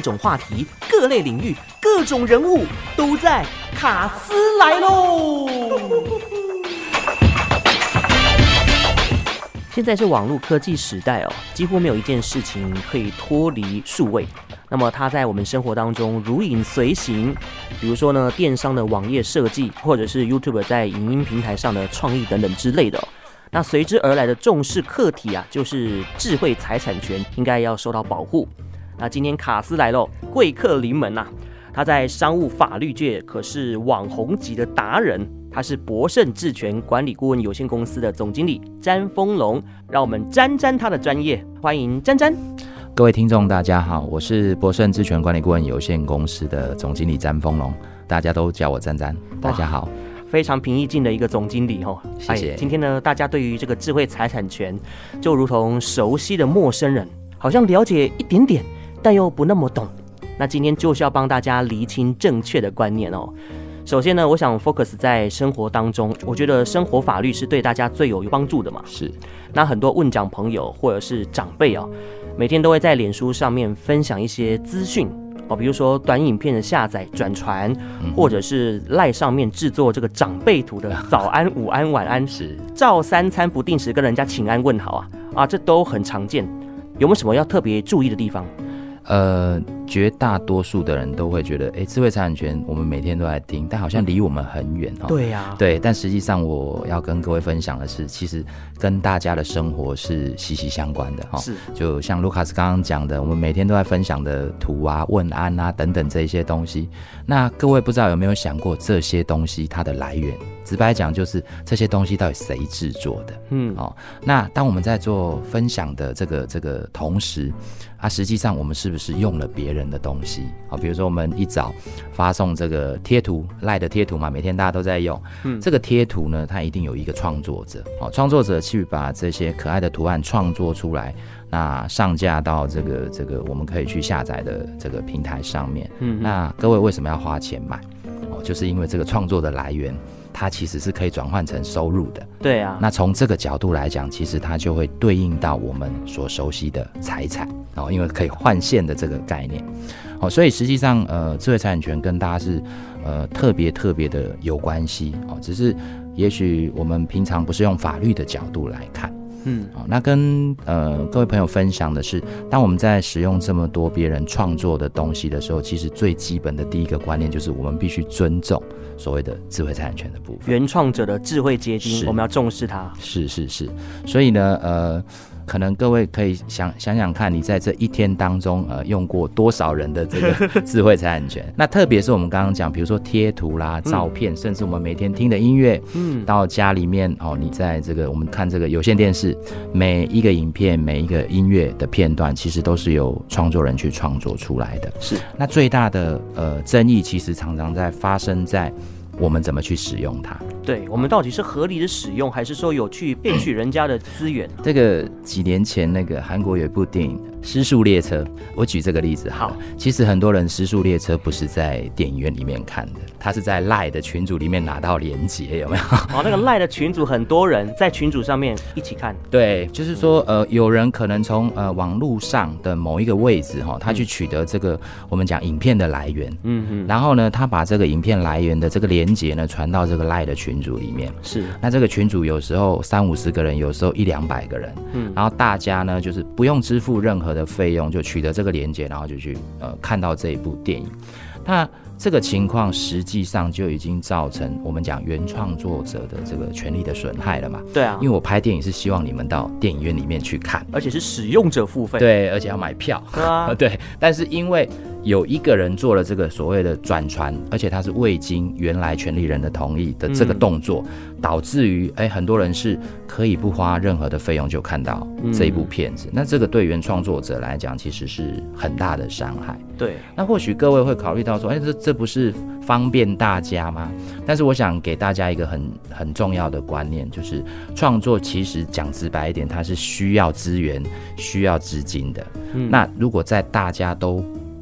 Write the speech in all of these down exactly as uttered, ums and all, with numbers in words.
种话题、各类领域、各种人物都在卡斯来喽！现在是网络科技时代哦，几乎没有一件事情可以脱离数位。那么它在我们生活当中如影随形，比如说呢，电商的网页设计，或者是 YouTube 在影音平台上的创意等等之类的哦。那随之而来的重视课题啊，就是智慧财产权应该要受到保护。那今天卡斯来喽，贵客临门啊！他在商务法律界可是网红级的达人，他是博盛智权管理顾问有限公司的总经理詹丰隆，让我们沾沾他的专业，欢迎詹詹。 各位听众大家好，我是博盛智权管理顾问有限公司的总经理詹丰隆，大家都叫我詹詹。大家好。 非常平易近的一个总经理哦， 谢谢。 今天呢，大家对于这个智慧财产权就如同熟悉的陌生人，好像了解一点点，但又不那么懂。那今天就是要帮大家厘清正确的观念哦。首先呢，我想 focus 在生活当中，我觉得生活法律是对大家最有帮助的嘛。 是。 那很多问讲朋友或者是长辈哦，每天都会在脸书上面分享一些资讯哦，比如说短影片的下载、转传，嗯、或者是 LINE 上面制作这个长辈图的早安、午安、晚安， 是照三餐不定时跟人家请安问好啊啊，这都很常见。有没有什么要特别注意的地方？ 呃，绝大多数的人都会觉得，哎，智慧财产权我们每天都在听，但好像离我们很远哦。 对呀、啊， 对，但实际上我要跟各位分享的是，其实跟大家的生活是息息相关的哈、哦。 是， 就像卢卡斯刚刚讲的，我们每天都在分享的图啊、问安啊等等这一些东西。那各位不知道有没有想过，这些东西它的来源？直白讲，就是这些东西到底谁制作的？嗯，哦，那当我们在做分享的这个这个同时，啊，实际上我们是不是用了别人的东西？好，比如说我们一早发送这个贴图 ，LINE 的贴图嘛，每天大家都在用。嗯，这个贴图呢，它一定有一个创作者，好，创作者去把这些可爱的图案创作出来，那上架到这个这个我们可以去下载的这个平台上面。嗯，那各位为什么要花钱买？哦，就是因为这个创作的来源。它其实是可以转换成收入的， 对啊。 那从这个角度来讲，其实它就会对应到我们所熟悉的财产哦，因为可以换现的这个概念哦，所以实际上呃，智慧财产权跟大家是呃特别特别的有关系哦，只是也许我们平常不是用法律的角度来看。嗯，好，那跟呃各位朋友分享的是，当我们在使用这么多别人创作的东西的时候，其实最基本的第一个观念就是我们必须尊重所谓的智慧财产权的部分， 原创者的智慧结晶，我们要重视它。 是是是，所以呢，呃。可能各位可以想想想看，你在这一天当中，呃，用过多少人的这个智慧财产权？那特别是我们刚刚讲，比如说贴图啦、照片，嗯、甚至我们每天听的音乐，嗯，到家里面哦，你在这个我们看这个有线电视，每一个影片、每一个音乐的片段，其实都是由创作人去创作出来的。 是， 那最大的呃争议，其实常常在发生在我们怎么去使用它。 对，我们到底是合理的使用，还是说有去骗取人家的资源？ 这个几年前那个韩国有一部电影《失速列车》，我举这个例子好了。好，其实很多人《失速列车》不是在电影院里面看的，他是在 LINE 的群组里面拿到连结，有没有？ 哦，那个 LINE 的群组很多人在群组上面一起看。 对，就是说呃，有人可能从呃网络上的某一个位置哈，他去取得这个我们讲影片的来源，嗯嗯，然后呢，他把这个影片来源的这个连结呢传到这个 LINE 的群组里面。 是， 那这个群组有时候三五十个人，有时候一两百个人，嗯，然后大家呢就是不用支付任何的费用，就取得这个连结，然后就去呃看到这一部电影。那这个情况实际上就已经造成我们讲原创作者的这个权利的损害了嘛？ 对啊， 因为我拍电影是希望你们到电影院里面去看， 而且是使用者付费， 对，而且要买票，对啊，对。但是因为有一个人做了这个所谓的转传，而且他是未经原来权利人的同意的这个动作，嗯、导致于哎很多人是可以不花任何的费用就看到这一部片子，嗯、那这个对原创作者来讲其实是很大的伤害。 对， 那或许各位会考虑到说，哎，这这不是方便大家吗？但是我想给大家一个很很重要的观念，就是创作其实讲直白一点，它是需要资源、需要资金的。嗯、那如果在大家都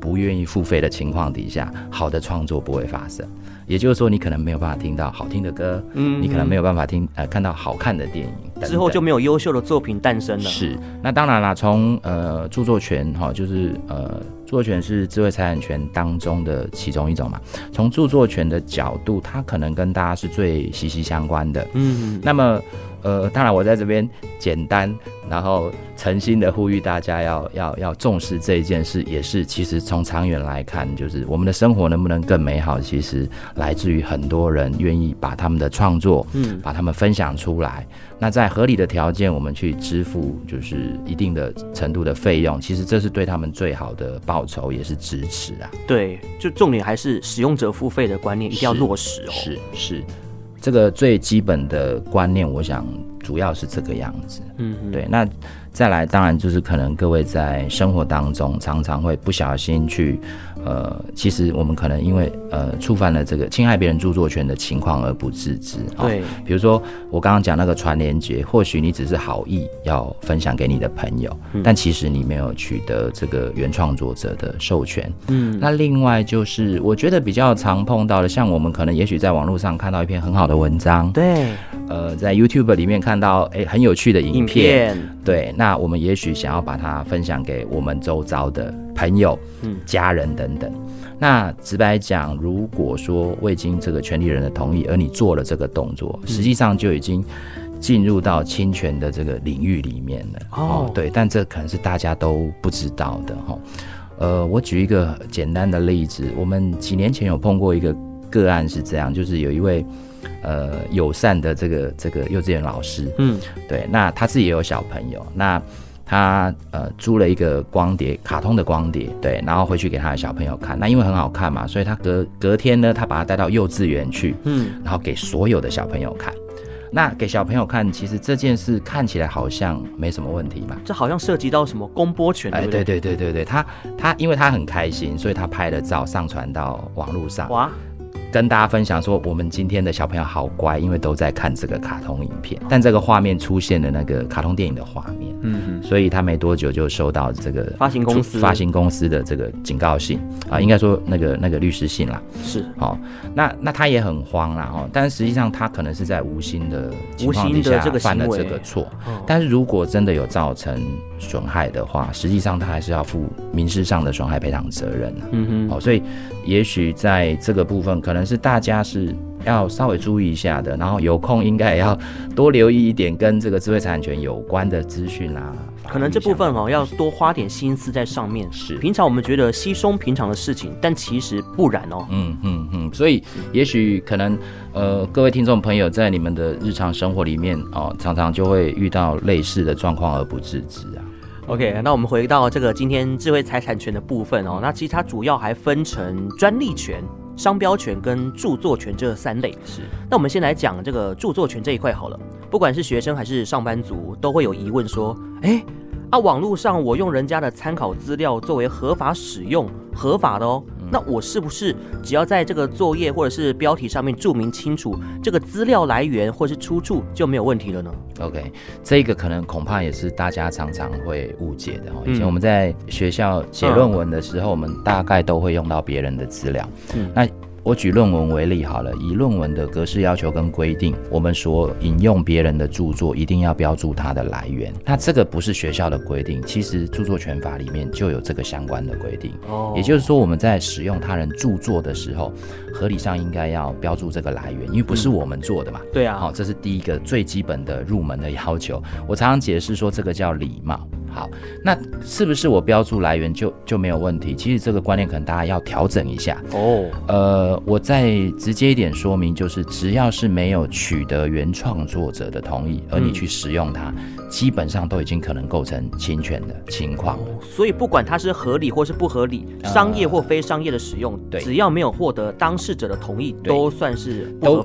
不愿意付费的情况底下，好的创作不会发生。也就是说，你可能没有办法听到好听的歌，嗯，你可能没有办法听呃看到好看的电影等等， 之后就没有优秀的作品诞生了。 是，那当然啦，从呃著作权哈，就是呃著作权是智慧财产权当中的其中一种嘛。从著作权的角度，它可能跟大家是最息息相关的。嗯，那么呃，当然我在这边简单，然后诚心的呼吁大家要要要重视这一件事，也是其实从长远来看，就是我们的生活能不能更美好，其实来自于很多人愿意把他们的创作，嗯，把他们分享出来。那在合理的条件，我们去支付就是一定的程度的费用，其实这是对他们最好的报酬，也是支持啊。 对，就重点还是使用者付费的观念一定要落实哦。 是是。是这个最基本的观念，我想主要是这个样子。嗯，对。那再来，当然就是可能各位在生活当中常常会不小心去，呃，其实我们可能因为呃触犯了这个侵害别人著作权的情况而不自知。 对， 比如说我刚刚讲那个传连结，或许你只是好意要分享给你的朋友，嗯、但其实你没有取得这个原创作者的授权。嗯，那另外就是我觉得比较常碰到的，像我们可能也许在网络上看到一篇很好的文章， 对， 呃，在 YouTube 里面看到哎很有趣的影片，影片对，那我们也许想要把它分享给我们周遭的朋友、嗯、家人等等。那直白讲，如果说未经这个权利人的同意，而你做了这个动作，实际上就已经进入到侵权的这个领域里面了。哦，哦对，但这可能是大家都不知道的哈。呃，我举一个简单的例子，我们几年前有碰过一个个案是这样，就是有一位。呃，友善的这个这个幼稚园老师，嗯，对，那他自己也有小朋友，那他呃租了一个光碟，卡通的光碟，对，然后回去给他的小朋友看，那因为很好看嘛，所以他隔隔天呢，他把他带到幼稚园去，嗯，然后给所有的小朋友看。那给小朋友看，其实这件事看起来好像没什么问题嘛， 这好像涉及到什么公播权，对不对？ 哎，对对对对对，他他因为他很开心，所以他拍了照上传到网络上。哇！跟大家分享说，我们今天的小朋友好乖，因为都在看这个卡通影片，但这个画面出现了那个卡通电影的画面，嗯，所以他没多久就收到这个发行公司发行公司的这个警告信啊，应该说那个那个律师信啦， 是， 好、哦，那那他也很慌啦，哦，但是实际上他可能是在无心的情况底下犯了这个错，哦、但是如果真的有造成损害的话，实际上他还是要负民事上的损害赔偿责任啊，嗯哼，哦，所以也许在这个部分可能是大家是要稍微注意一下的，然后有空应该也要多留意一点跟这个智慧财产权有关的资讯啦。 可能这部分哦要多花点心思在上面。 是， 平常我们觉得稀松平常的事情，但其实不然哦。 嗯嗯嗯，所以也许可能呃各位听众朋友在你们的日常生活里面哦，常常就会遇到类似的状况而不自知啊。 OK， 那我们回到这个今天智慧财产权的部分哦，那其实它主要还分成专利权、商标权跟著作权这三类。 是， 那我们先来讲这个著作权这一块好了。不管是学生还是上班族，都会有疑问说，哎，啊，网络上我用人家的参考资料作为合法使用，合法的哦。那我是不是只要在这个作业或者是标题上面注明清楚这个资料来源或是出处就没有问题了呢 ？OK， 这个可能恐怕也是大家常常会误解的。以前我们在学校写论文的时候，嗯、我们大概都会用到别人的资料。嗯，那我举论文为例好了，以论文的格式要求跟规定，我们所引用别人的著作一定要标注它的来源。那这个不是学校的规定，其实著作权法里面就有这个相关的规定。哦，也就是说我们在使用他人著作的时候，合理上应该要标注这个来源，因为不是我们做的嘛。嗯、 对啊， 好，这是第一个最基本的入门的要求。我常常解释说这个叫礼貌。好，那是不是我标注来源就就没有问题？其实这个观念可能大家要调整一下哦。呃，我再直接一点说明，就是只要是没有取得原创作者的同意，而你去使用它，嗯、基本上都已经可能构成侵权的情况了。 所以不管它是合理或是不合理，呃、商业或非商业的使用，只要没有获得当事者的同意，都算是不合法。 都都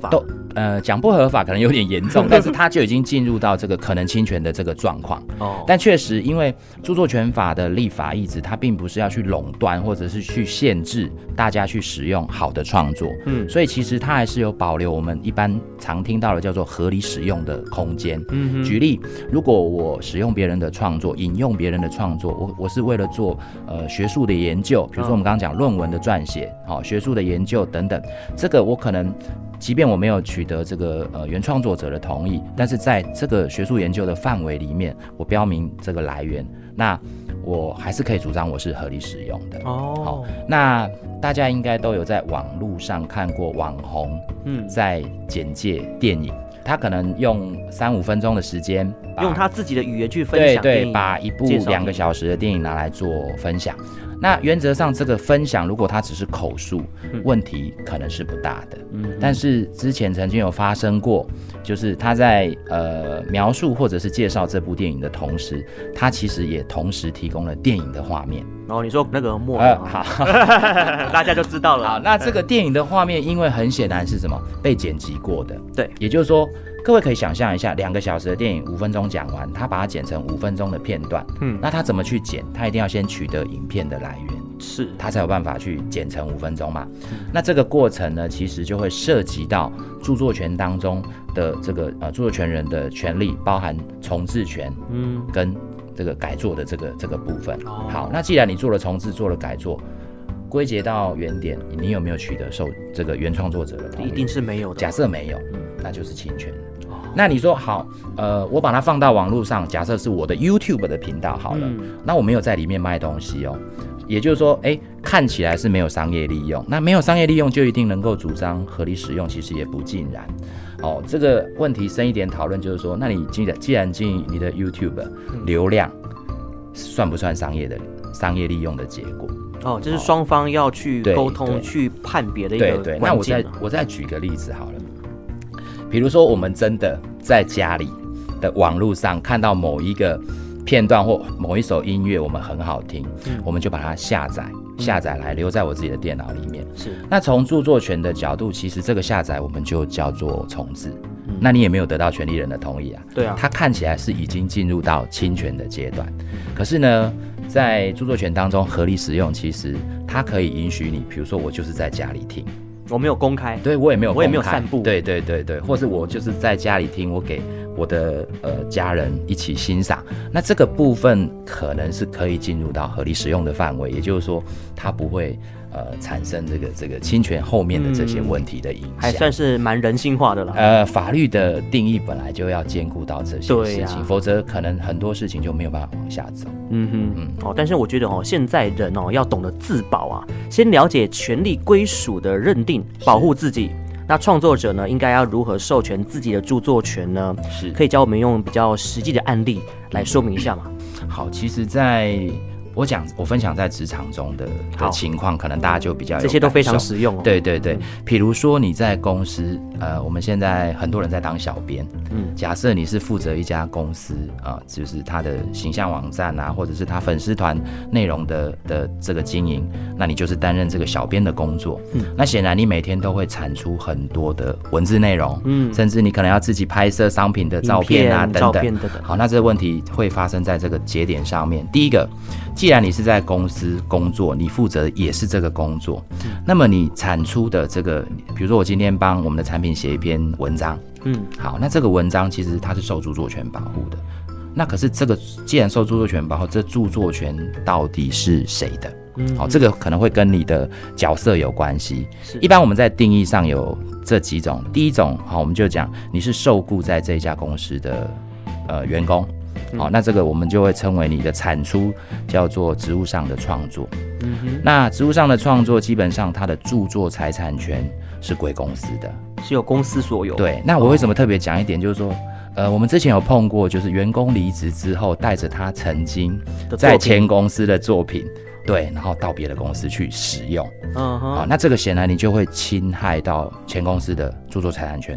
呃，讲不合法可能有点严重，但是它就已经进入到这个可能侵权的这个状况。哦，但确实，因为著作权法的立法意志，它并不是要去垄断或者是去限制大家去使用好的创作，嗯，所以其实它还是有保留我们一般常听到的叫做合理使用的空间。嗯，举例，如果我使用别人的创作，引用别人的创作，我我是为了做呃学术的研究，比如说我们刚刚讲论文的撰写，好、哦，学术的研究等等，这个我可能。即便我没有取得这个呃原创作者的同意，但是在这个学术研究的范围里面，我标明这个来源，那我还是可以主张我是合理使用的。哦，好，那大家应该都有在网络上看过网红嗯在简介电影，他可能用三五分钟的时间， 用他自己的语言去分享， 对对，把一部两个小时的电影拿来做分享。那原则上，这个分享如果它只是口述，嗯、问题可能是不大的。嗯，但是之前曾经有发生过，就是他在呃描述或者是介绍这部电影的同时，他其实也同时提供了电影的画面。 哦，你说那个默呃，好，大家就知道了。 好，那这个电影的画面，因为很显然是什么被剪辑过的， 对， 也就是说。各位可以想象一下，两个小时的电影，五分钟讲完，他把它剪成五分钟的片段。嗯，那他怎么去剪？他一定要先取得影片的来源， 是， 他才有办法去剪成五分钟嘛。嗯、那这个过程呢，其实就会涉及到著作权当中的这个呃著作权人的权利，包含重制权，嗯，跟这个改作的这个这个部分。哦、好，那既然你做了重制，做了改作。归结到原点，你有没有取得受这个原创作者的同意？ 一定是没有的。 假设没有，嗯、那就是侵权。哦、那你说好，呃，我把它放到网络上，假设是我的 YouTube 的频道好了，嗯、那我没有在里面卖东西哦，也就是说，哎，看起来是没有商业利用，那没有商业利用就一定能够主张合理使用，其实也不尽然。哦，这个问题深一点讨论就是说，那你既然既然经营你的 YouTube 流量，算不算商业的商业利用的结果？ 哦，这是双方要去沟通、去判别的一个关键。对对， 那我再我再举个例子好了，比如说我们真的在家里的网络上看到某一个片段或某一首音乐，我们很好听，嗯、我们就把它下载。下载来留在我自己的电脑里面。是。那从著作权的角度，其实这个下载我们就叫做重制。嗯、那你也没有得到权利人的同意啊。 对啊。 它看起来是已经进入到侵权的阶段。嗯、可是呢，在著作权当中，合理使用其实它可以允许你，比如说我就是在家里听。 我没有公开， 对我也没有公开， 我也没有散布， 对对对对，或是我就是在家里听，我给我的呃家人一起欣赏，那这个部分可能是可以进入到合理使用的范围，也就是说它不会呃产生这个这个侵权后面的这些问题的影响， 还算是蛮人性化的啦。 呃，法律的定义本来就要兼顾到这些事情，啊、否则可能很多事情就没有办法往下走。 嗯哼，嗯，哦，但是我觉得哦，现在人哦要懂得自保啊，先了解权利归属的认定，保护自己。那创作者呢，应该要如何授权自己的著作权呢？是，可以教我们用比较实际的案例来说明一下吗？ 好，其实在我讲我分享在职场中的的情况，可能大家就比较有这些都非常实用、哦。 对对对，比如说你在公司，呃，我们现在很多人在当小编，嗯，假设你是负责一家公司啊、呃，就是他的形象网站啊，或者是他粉丝团内容的的这个经营，那你就是担任这个小编的工作。嗯，那显然你每天都会产出很多的文字内容，嗯，甚至你可能要自己拍摄商品的照片啊等等。好，那这个问题会发生在这个节点上面。第一个，既然你是在公司工作，你负责也是这个工作，嗯、那么你产出的这个，比如说我今天帮我们的产品写一篇文章，嗯，好，那这个文章其实它是受著作权保护的，那可是这个既然受著作权保护，这著作权到底是谁的？嗯，好，这个可能会跟你的角色有关系。一般我们在定义上有这几种，第一种，好，我们就讲你是受雇在这一家公司的呃员工。好，那这个我们就会称为你的产出叫做职务上的创作。嗯哼，那职务上的创作基本上它的著作财产权是归公司的， 是由公司所有。 对，那我为什么特别讲一点，就是说，呃，我们之前有碰过，就是员工离职之后，带着他曾经在前公司的作品，对，然后到别的公司去使用。嗯哼，好，那这个显然你就会侵害到前公司的著作财产权的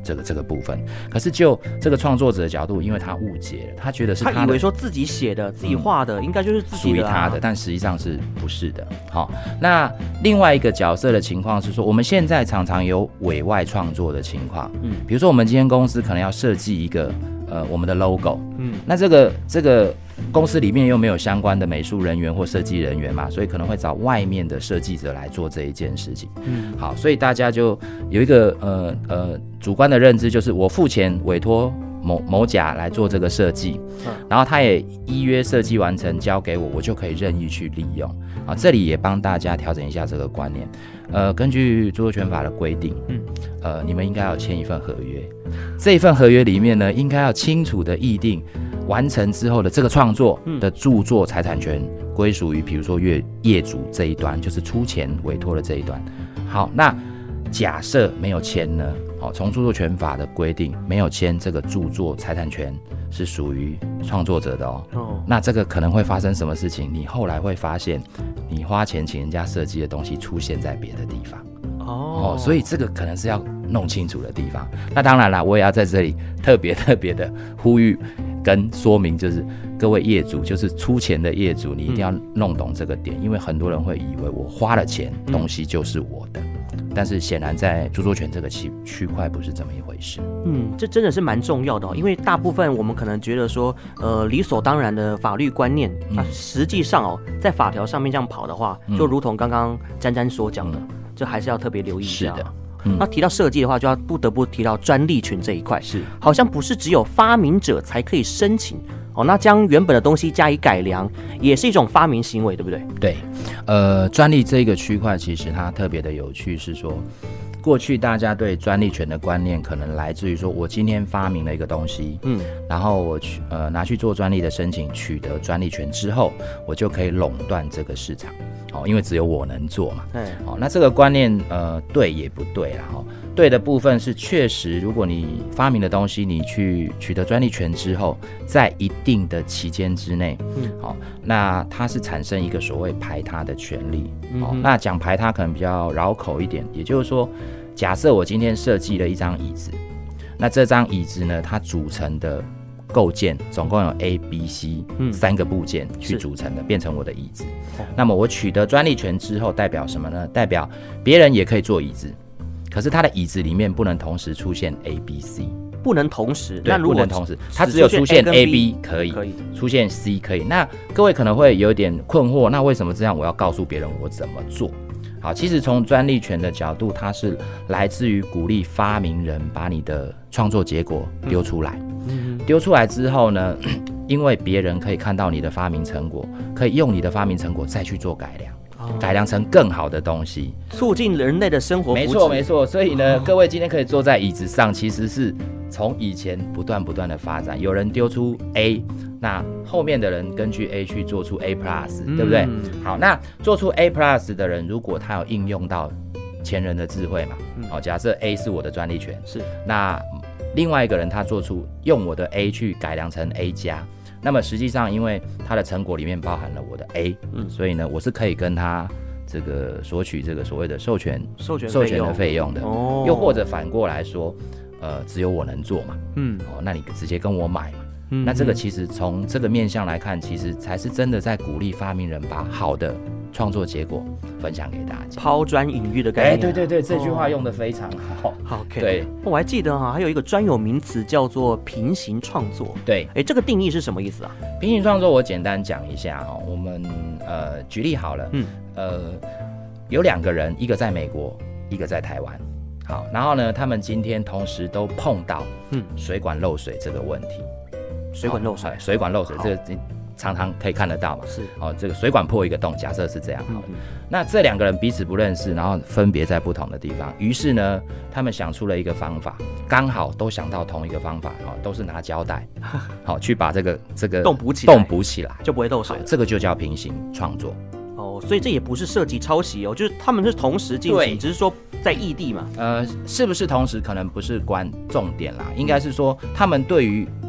这个这个部分。可是就这个创作者的角度，因为他误解了，他觉得是他的， 他以为说自己写的、自己画的，嗯、应该就是自己的、啊、 属于他的，但实际上是不是的？好、哦，那另外一个角色的情况是说，我们现在常常有委外创作的情况，嗯，比如说我们今天公司可能要设计一个呃我们的 logo， 嗯，那这个这个公司里面又没有相关的美术人员或设计人员嘛，所以可能会找外面的设计者来做这一件事情。嗯，好，所以大家就有一个呃呃主观的认知，就是我付钱委托某某甲来做这个设计，然后他也依约设计完成交给我，我就可以任意去利用。啊，这里也帮大家调整一下这个观念。呃，根据著作权法的规定，嗯，呃，你们应该要签一份合约，这一份合约里面呢，应该要清楚的议定完成之后的这个创作的著作财产权归属于，比如说业业主这一端，就是出钱委托的这一端。好，那假设没有签呢？好，从著作权法的规定，没有签这个著作财产权是属于创作者的哦。哦，那这个可能会发生什么事情？你后来会发现，你花钱请人家设计的东西出现在别的地方。哦，所以这个可能是要弄清楚的地方。那当然啦，我也要在这里特别特别的呼吁跟说明，就是各位业主，就是出钱的业主，你一定要弄懂这个点，因为很多人会以为我花了钱，东西就是我的。但是显然在著作权这个区区块不是这么一回事。 嗯，这真的是蛮重要的哦，因为大部分我们可能觉得说，呃，理所当然的法律观念，嗯、啊，实际上哦，在法条上面这样跑的话，就如同刚刚詹詹所讲的，嗯、这还是要特别留意一下。是的。嗯、那提到设计的话，就要不得不提到专利权这一块，是好像不是只有发明者才可以申请哦。那将原本的东西加以改良，也是一种发明行为，对不对？ 对，呃，专利这个区块其实它特别的有趣，是说过去大家对专利权的观念可能来自于说，我今天发明了一个东西，嗯，然后我去呃拿去做专利的申请，取得专利权之后，我就可以垄断这个市场。哦，因为只有我能做嘛。嗯。哦，那这个观念，呃，对也不对啦。哦，对的部分是确实，如果你发明的东西，你去取得专利权之后，在一定的期间之内，嗯，好、哦，那它是产生一个所谓排他的权利。哦，嗯、那讲排他可能比较绕口一点，也就是说，假设我今天设计了一张椅子，那这张椅子呢，它组成的构件总共有 A、B、C、嗯、三个部件去组成的，变成我的椅子。哦、那么我取得专利权之后，代表什么呢？代表别人也可以做椅子，可是他的椅子里面不能同时出现 A、B、C， 不能同时。 对，不能同时，它只有出现 A、B 可以，可以出现 C 可以。那各位可能会有点困惑，那为什么这样？我要告诉别人我怎么做？好，其实从专利权的角度，它是来自于鼓励发明人把你的创作结果丢出来。嗯，丢出来之后呢，因为别人可以看到你的发明成果，可以用你的发明成果再去做改良，哦、改良成更好的东西， 促进人类的生活福祉。 没错，没错。所以呢，哦、各位今天可以坐在椅子上，其实是从以前不断不断的发展。有人丢出 A， 那后面的人根据 A 去做出 A plus，嗯、对不对？好，那做出 A plus 的人，如果他有应用到前人的智慧嘛，嗯、好，假设 A 是我的专利权，是那。另外一个人他做出用我的 A 去改良成 A 加，那么实际上因为他的成果里面包含了我的 A，嗯、所以呢我是可以跟他这个索取这个所谓的授权授权授权的费用的。哦，又或者反过来说，呃，只有我能做嘛，嗯，哦，那你直接跟我买嘛。嗯，那这个其实从这个面向来看，其实才是真的在鼓励发明人把好的创作结果分享给大家， 抛砖引玉的概念、啊。 哎，对对对，这句话用得非常好。 好、哦、，OK。 对， 我还记得哈、啊，还有一个专有名词叫做平行创作。 对， 哎，这个定义是什么意思啊？ 平行创作我简单讲一下哦，我们呃举例好了，嗯，呃，有两个人，一个在美国，一个在台湾。好，然后呢，他们今天同时都碰到嗯水管漏水这个问题。 水管漏水， 水管漏水，这个常常可以看得到嘛？是哦，这个水管破一个洞，假设是这样好了。嗯、那这两个人彼此不认识，然后分别在不同的地方。于是呢，他们想出了一个方法，刚好都想到同一个方法，哦，都是拿胶带，好去把这个这个洞补起来， 洞补起来就不会漏水了。 这个就叫平行创作。 哦，所以这也不是涉及抄袭哦，就是他们是同时进行，只是说在异地嘛。 呃，是不是同时可能不是关重点啦，应该是说他们对于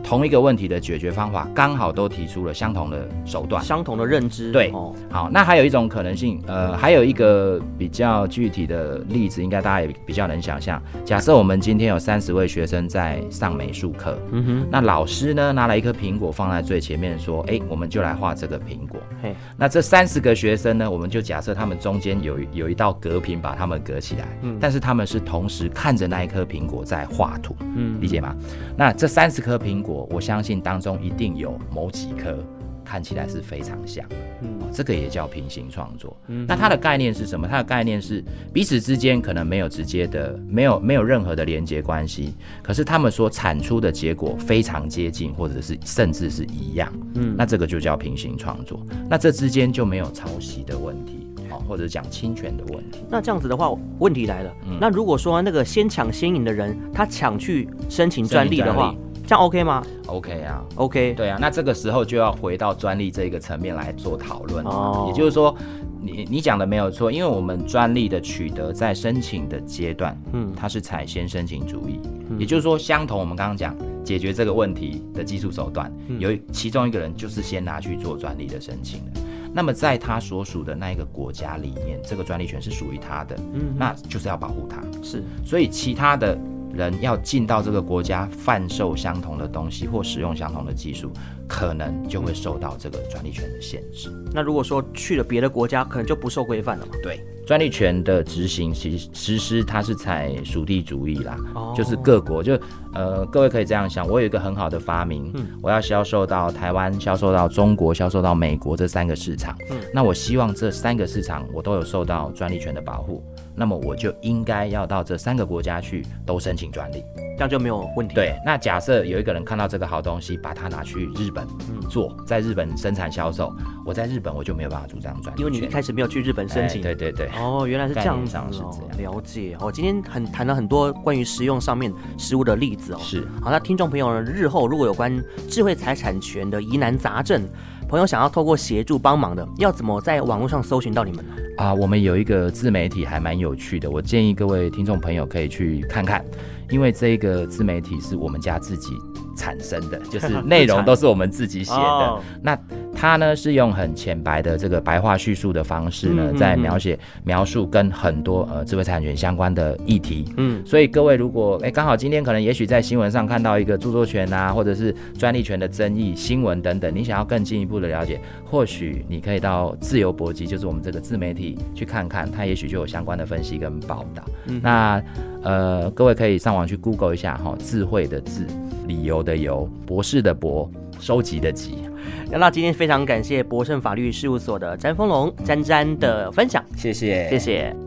同一个问题的解决方法，刚好都提出了相同的手段， 相同的认知。 对，哦、好，那还有一种可能性，呃，还有一个比较具体的例子，应该大家也比较能想象。假设我们今天有三十位学生在上美术课，嗯哼，那老师呢拿了一颗苹果放在最前面，说，哎，我们就来画这个苹果。嘿，那这三十个学生呢，我们就假设他们中间有有一道隔屏把他们隔起来，嗯，但是他们是同时看着那一颗苹果在画图，嗯，理解吗？那这三十颗苹果，我相信当中一定有某几颗看起来是非常像，嗯，哦、这个也叫平行创作。嗯，那它的概念是什么？它的概念是彼此之间可能没有直接的，没有没有任何的连接关系，可是他们所产出的结果非常接近，或者是甚至是一样。嗯，那这个就叫平行创作。那这之间就没有抄袭的问题，哦，或者讲侵权的问题。 那这样子的话，问题来了。嗯，那如果说那个先抢先赢的人，他抢去申请专利的话，这样 OK 吗 ？OK 啊 ，OK， 对啊，那这个时候就要回到专利这个层面来做讨论。哦，也就是说，你你讲的没有错，因为我们专利的取得在申请的阶段，嗯，它是采先申请主义，嗯，也就是说，相同我们刚刚讲解决这个问题的技术手段，嗯，有其中一个人就是先拿去做专利的申请的。那么在他所属的那一个国家里面，这个专利权是属于他的，嗯，那就是要保护他。是，所以其他的人要进到这个国家贩售相同的东西或使用相同的技术，可能就会受到这个专利权的限制。 那如果说去了别的国家，可能就不受规范了嘛？ 对，专利权的执行其实实施它是采属地主义啦，哦，就是各国就呃各位可以这样想，我有一个很好的发明，嗯，我要销售到台湾、销售到中国、销售到美国这三个市场，嗯，那我希望这三个市场我都有受到专利权的保护，那么我就应该要到这三个国家去都申请专利， 这样就没有问题。 对，那假设有一个人看到这个好东西，把它拿去日本做，在日本生产销售，我在日本我就没有办法主张专利权， 因为你一开始没有去日本申请。 哎，对对对。 哦，原来是这样子，是这样。了解。哦，今天很谈了很多关于实用上面实物的例子哦。 是。 好，那听众朋友呢，日后如果有关智慧财产权的疑难杂症，朋友想要透过协助帮忙的，要怎么在网络上搜寻到你们呢？ 啊，我们有一个自媒体还蛮有趣的，我建议各位听众朋友可以去看看，因为这个自媒体是我们家自己产生的，就是内容都是我们自己写的。哦，那它呢是用很浅白的这个白话叙述的方式呢，嗯嗯嗯在描写描述跟很多呃智慧财产权相关的议题。嗯，所以各位如果哎刚好今天可能也许在新闻上看到一个著作权啊，或者是专利权的争议新闻等等，你想要更进一步的了解，或许你可以到自由搏击，就是我们这个自媒体去看看，它也许就有相关的分析跟报道。嗯，那呃各位可以上网去 Google 一下哈，智慧的智，理由的由，博士的博，收集的集。 那今天非常感谢博盛法律事务所的詹丰龙詹詹的分享， 谢谢， 谢谢。